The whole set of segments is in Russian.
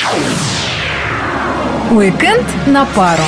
Уикенд на пару.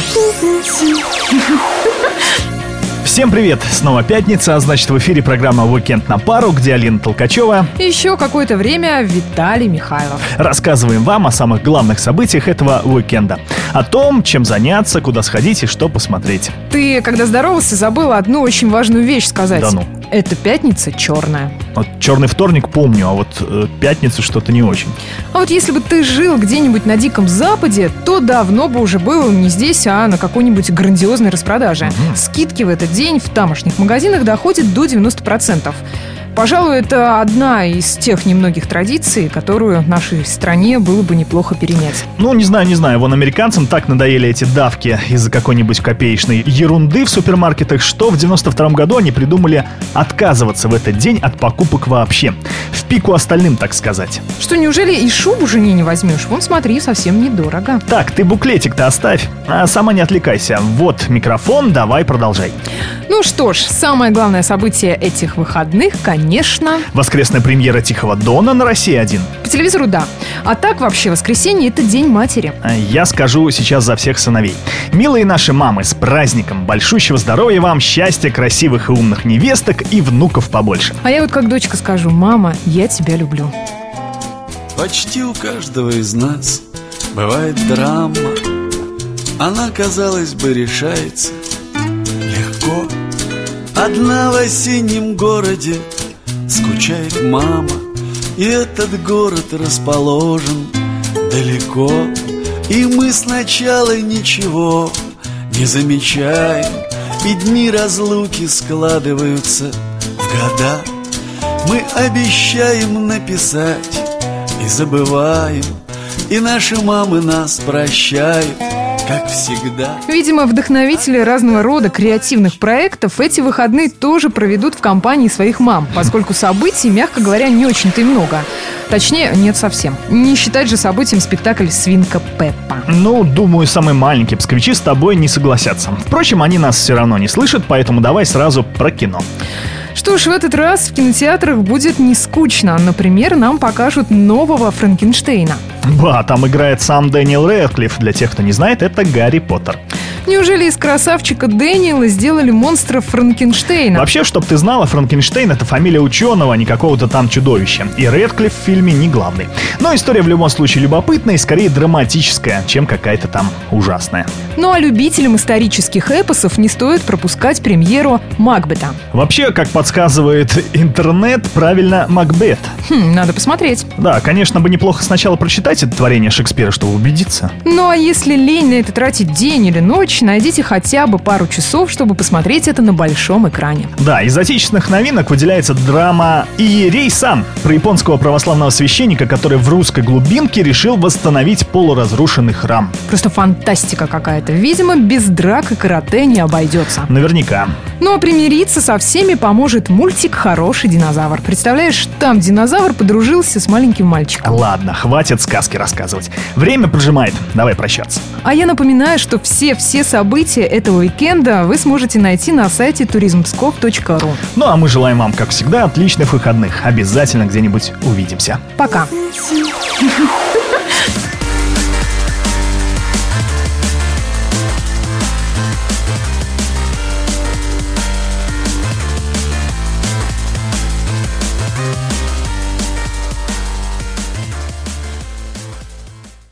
Всем привет! Снова пятница, а значит в эфире программа «Уикенд на пару», где Алина Толкачева И еще какое-то время Виталий Михайлов. Рассказываем вам о самых главных событиях этого уикенда. О том, чем заняться, куда сходить и что посмотреть. Ты, когда здоровался, забыл одну очень важную вещь сказать. Да ну. Это пятница черная. Вот черный вторник помню, а вот пятницу что-то не очень. А вот если бы ты жил где-нибудь на Диком Западе, то давно бы уже был не здесь, а на какой-нибудь грандиозной распродаже. Скидки в этот день в тамошних магазинах доходят до 90%. Пожалуй, это одна из тех немногих традиций, которую нашей стране было бы неплохо перенять. Ну, не знаю, вон американцам так надоели эти давки из-за какой-нибудь копеечной ерунды в супермаркетах, что в 92-м году они придумали отказываться в этот день от покупок вообще. В пику остальным, так сказать. Что, неужели и шубу жене не возьмешь? Вон, смотри, совсем недорого. Так, ты буклетик-то оставь, а сама не отвлекайся. Вот микрофон, давай продолжай. Ну что ж, самое главное событие этих выходных, конечно... Воскресная премьера «Тихого Дона» на России-1. По телевизору, да. А так вообще воскресенье – это День матери. Я скажу сейчас за всех сыновей. Милые наши мамы, с праздником! Большущего здоровья вам, счастья, красивых и умных невесток и внуков побольше. А я вот как дочка скажу: мама, я тебя люблю. Почти у каждого из нас бывает драма. Она, казалось бы, решается легко. Одна в осеннем городе скучает мама, и этот город расположен далеко. И мы сначала ничего не замечаем, и дни разлуки складываются в года. Мы обещаем написать и забываем, и наши мамы нас прощают, как всегда. Видимо, вдохновители разного рода креативных проектов эти выходные тоже проведут в компании своих мам, поскольку событий, мягко говоря, не очень-то и много. Точнее, нет совсем. Не считать же событием спектакль «Свинка Пеппа». Ну, думаю, самые маленькие псковичи с тобой не согласятся. Впрочем, они нас все равно не слышат, поэтому давай сразу про кино. Что ж, в этот раз в кинотеатрах будет не скучно. Например, нам покажут нового Франкенштейна. Ба, там играет сам Дэниел Рэдклифф. Для тех, кто не знает, это Гарри Поттер. Неужели из красавчика Дэниела сделали монстра Франкенштейна? Вообще, чтоб ты знала, Франкенштейн — это фамилия ученого, а не какого-то там чудовища. И Рэдклифф в фильме не главный. Но история в любом случае любопытная и скорее драматическая, чем какая-то там ужасная. Ну а любителям исторических эпосов не стоит пропускать премьеру Макбета. Вообще, как подсказывает интернет, правильно, Макбет. Надо посмотреть. Да, конечно, бы неплохо сначала прочитать это творение Шекспира, чтобы убедиться. Ну а если лень на это тратить день или ночь, найдите хотя бы пару часов, чтобы посмотреть это на большом экране. Да, из отечественных новинок выделяется драма «Иерей Сан» про японского православного священника, который в русской глубинке решил восстановить полуразрушенный храм. Просто фантастика какая-то. Видимо, без драк и карате не обойдется. Наверняка. Ну а примириться со всеми поможет мультик «Хороший динозавр». Представляешь, там динозавр подружился с маленьким мальчиком. Ладно, хватит сказки рассказывать. Время поджимает. Давай прощаться. А я напоминаю, что все события этого уикенда вы сможете найти на сайте turizmpskov.ru. Ну а мы желаем вам, как всегда, отличных выходных. Обязательно где-нибудь увидимся. Пока.